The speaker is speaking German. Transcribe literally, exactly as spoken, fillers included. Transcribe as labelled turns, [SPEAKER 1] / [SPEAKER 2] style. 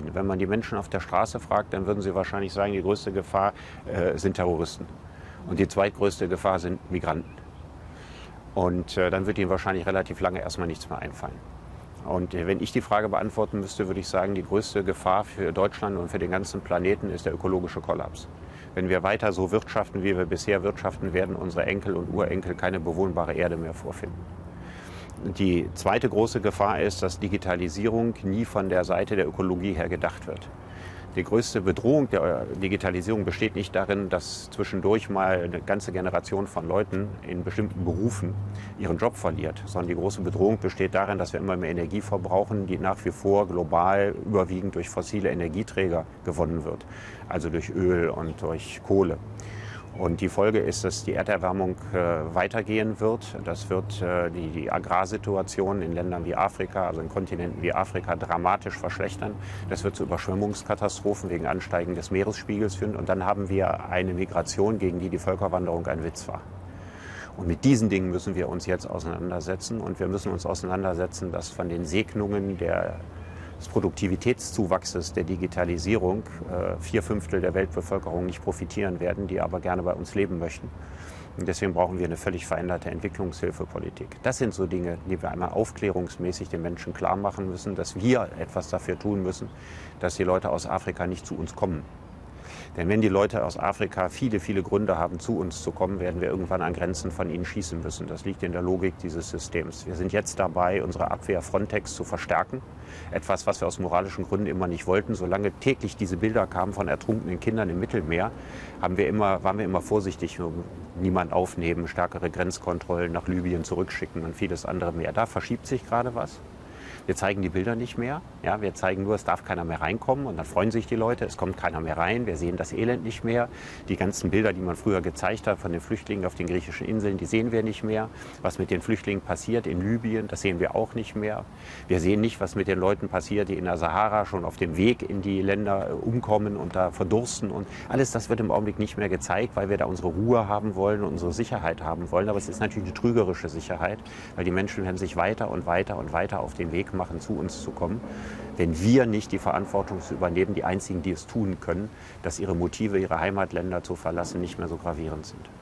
[SPEAKER 1] ziehen. Wenn man die Menschen auf der Straße fragt, dann würden sie wahrscheinlich sagen, die größte Gefahr äh, sind Terroristen. Und die zweitgrößte Gefahr sind Migranten. Und äh, dann wird ihnen wahrscheinlich relativ lange erstmal nichts mehr einfallen. Und äh, wenn ich die Frage beantworten müsste, würde ich sagen, die größte Gefahr für Deutschland und für den ganzen Planeten ist der ökologische Kollaps. Wenn wir weiter so wirtschaften, wie wir bisher wirtschaften, werden unsere Enkel und Urenkel keine bewohnbare Erde mehr vorfinden. Die zweite große Gefahr ist, dass Digitalisierung nie von der Seite der Ökologie her gedacht wird. Die größte Bedrohung der Digitalisierung besteht nicht darin, dass zwischendurch mal eine ganze Generation von Leuten in bestimmten Berufen ihren Job verliert, sondern die große Bedrohung besteht darin, dass wir immer mehr Energie verbrauchen, die nach wie vor global überwiegend durch fossile Energieträger gewonnen wird, also durch Öl und durch Kohle. Und die Folge ist, dass die Erderwärmung äh, weitergehen wird. Das wird äh, die, die Agrarsituation in Ländern wie Afrika, also in Kontinenten wie Afrika, dramatisch verschlechtern. Das wird zu Überschwemmungskatastrophen wegen Ansteigen des Meeresspiegels führen. Und dann haben wir eine Migration, gegen die die Völkerwanderung ein Witz war. Und mit diesen Dingen müssen wir uns jetzt auseinandersetzen. Und wir müssen uns auseinandersetzen, dass von den Segnungen der des Produktivitätszuwachses der Digitalisierung äh, vier Fünftel der Weltbevölkerung nicht profitieren werden, die aber gerne bei uns leben möchten. Und deswegen brauchen wir eine völlig veränderte Entwicklungshilfepolitik. Das sind so Dinge, die wir einmal aufklärungsmäßig den Menschen klar machen müssen, dass wir etwas dafür tun müssen, dass die Leute aus Afrika nicht zu uns kommen. Denn wenn die Leute aus Afrika viele, viele Gründe haben, zu uns zu kommen, werden wir irgendwann an Grenzen von ihnen schießen müssen. Das liegt in der Logik dieses Systems. Wir sind jetzt dabei, unsere Abwehr Frontex zu verstärken. Etwas, was wir aus moralischen Gründen immer nicht wollten. Solange täglich diese Bilder kamen von ertrunkenen Kindern im Mittelmeer, haben wir immer, waren wir immer vorsichtig, niemand aufnehmen, stärkere Grenzkontrollen nach Libyen zurückschicken und vieles andere mehr. Da verschiebt sich gerade was. Wir zeigen die Bilder nicht mehr. Ja, wir zeigen nur, es darf keiner mehr reinkommen. Und dann freuen sich die Leute, es kommt keiner mehr rein. Wir sehen das Elend nicht mehr. Die ganzen Bilder, die man früher gezeigt hat von den Flüchtlingen auf den griechischen Inseln, die sehen wir nicht mehr. Was mit den Flüchtlingen passiert in Libyen, das sehen wir auch nicht mehr. Wir sehen nicht, was mit den Leuten passiert, die in der Sahara schon auf dem Weg in die Länder umkommen und da verdursten. Und alles das wird im Augenblick nicht mehr gezeigt, weil wir da unsere Ruhe haben wollen, unsere Sicherheit haben wollen. Aber es ist natürlich eine trügerische Sicherheit, weil die Menschen werden sich weiter und weiter und weiter auf den Weg machen, zu uns zu kommen, wenn wir nicht die Verantwortung übernehmen, die einzigen, die es tun können, dass ihre Motive, ihre Heimatländer zu verlassen, nicht mehr so gravierend sind.